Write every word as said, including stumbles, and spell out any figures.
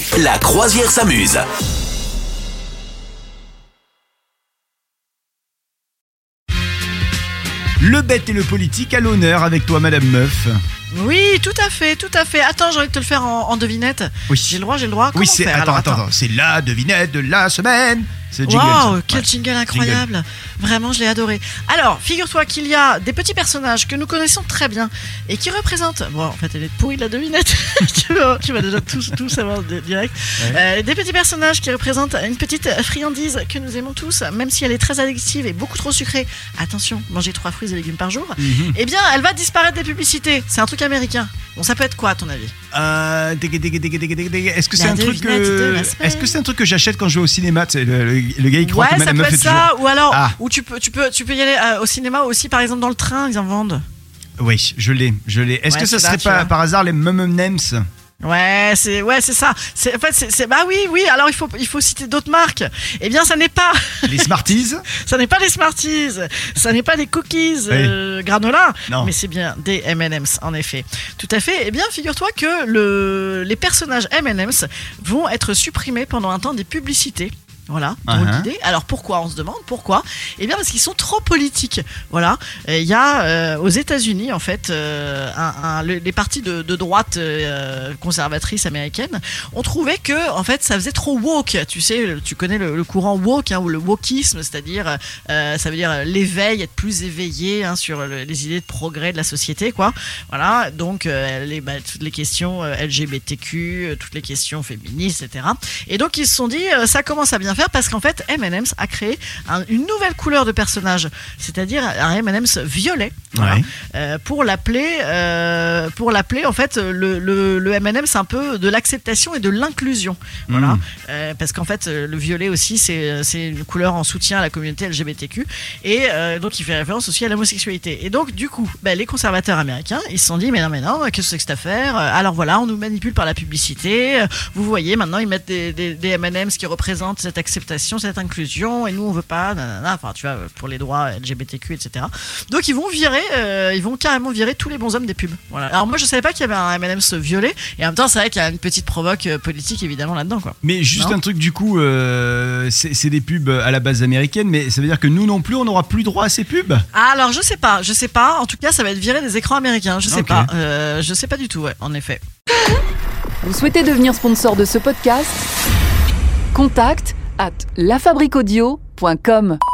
La croisière s'amuse. Le bête et le politique à l'honneur avec toi, Madame Meuf. Oui, tout à fait, tout à fait. Attends, j'ai envie de te le faire en, en devinette. Oui. J'ai le droit, j'ai le droit. Comment Oui, c'est. faire Attends, Alors, attends, attends. C'est la devinette de la semaine. C'est le jingle. Waouh, ça. quel Ouais. jingle incroyable. Jingle. Vraiment, je l'ai adoré. Alors, figure-toi qu'il y a des petits personnages que nous connaissons très bien et qui représentent... Bon, en fait, elle est pourrie, la devinette. tu, vas, tu vas déjà tout, tout savoir direct. Ouais. Euh, des petits personnages qui représentent une petite friandise que nous aimons tous, même si elle est très addictive et beaucoup trop sucrée. Attention, manger trois fruits et légumes par jour. Mm-hmm. Eh bien, elle va disparaître des publicités. C'est un truc américain. Bon, ça peut être quoi, à ton avis? euh, Est-ce que c'est un truc que... Est-ce que c'est un truc que j'achète quand je vais au cinéma? Tu sais, le, le, le gars il croit ouais, que Madame Meuf est toujours... ça, ou alors ah. ou tu peux tu peux tu peux y aller euh, au cinéma aussi, par exemple dans le train ils en vendent. Oui, je l'ai, je l'ai. Est-ce ouais, que ça serait pas par hasard les M and M's? Ouais, c'est ouais, c'est ça. C'est en fait c'est, c'est bah oui, oui, alors il faut il faut citer d'autres marques. Eh bien, ça n'est pas les Smarties. Ça n'est pas les Smarties. Ça n'est pas les cookies oui. euh, granola, non. Mais c'est bien des M and M's en effet. Tout à fait. Eh bien, figure-toi que le les personnages M and M's vont être supprimés pendant un temps des publicités. Voilà, drôle uh-huh. d'idée. Alors pourquoi, on se demande pourquoi? Eh bien parce qu'ils sont trop politiques. Voilà, il y a euh, aux États-Unis en fait, euh, un, un, le, les partis de, de droite euh, conservatrices américaines ont trouvé que en fait ça faisait trop woke. Tu sais, tu connais le, le courant woke hein, ou le wokisme, c'est-à-dire euh, ça veut dire l'éveil, être plus éveillé hein, sur le, les idées de progrès de la société, quoi. Voilà, donc euh, les, bah, toutes les questions euh, L G B T Q, euh, toutes les questions féministes, et cetera. Et donc ils se sont dit euh, ça commence à bien faire. Parce qu'en fait, M and M's a créé un, une nouvelle couleur de personnage, c'est-à-dire un M and M's violet, voilà, ouais. euh, pour l'appeler, euh, pour l'appeler en fait le, le, le M and M, c'est un peu de l'acceptation et de l'inclusion, mmh. voilà, euh, parce qu'en fait le violet aussi c'est c'est une couleur en soutien à la communauté L G B T Q et euh, donc il fait référence aussi à l'homosexualité. Et donc du coup, bah, les conservateurs américains, ils se sont dit mais non mais non, qu'est-ce que c'est que cette affaire? Alors voilà, on nous manipule par la publicité. Vous voyez, maintenant ils mettent des, des, des M and M's qui représentent cette acceptation, cette inclusion, et nous on veut pas, nanana, enfin tu vois, pour les droits L G B T Q, et cetera. Donc ils vont virer, euh, ils vont carrément virer tous les bonshommes des pubs. Voilà. Alors moi je savais pas qu'il y avait un M and M's violet, et en même temps c'est vrai qu'il y a une petite provoque politique évidemment là-dedans, quoi. Mais juste non un truc du coup, euh, c'est, c'est des pubs à la base américaine, mais ça veut dire que nous non plus on n'aura plus droit à ces pubs? Ah, alors je sais pas, je sais pas. En tout cas ça va être viré des écrans américains. Je sais okay. pas, euh, je sais pas du tout, ouais, en effet. Vous souhaitez devenir sponsor de ce podcast? Contact at lafabriquaudio point com.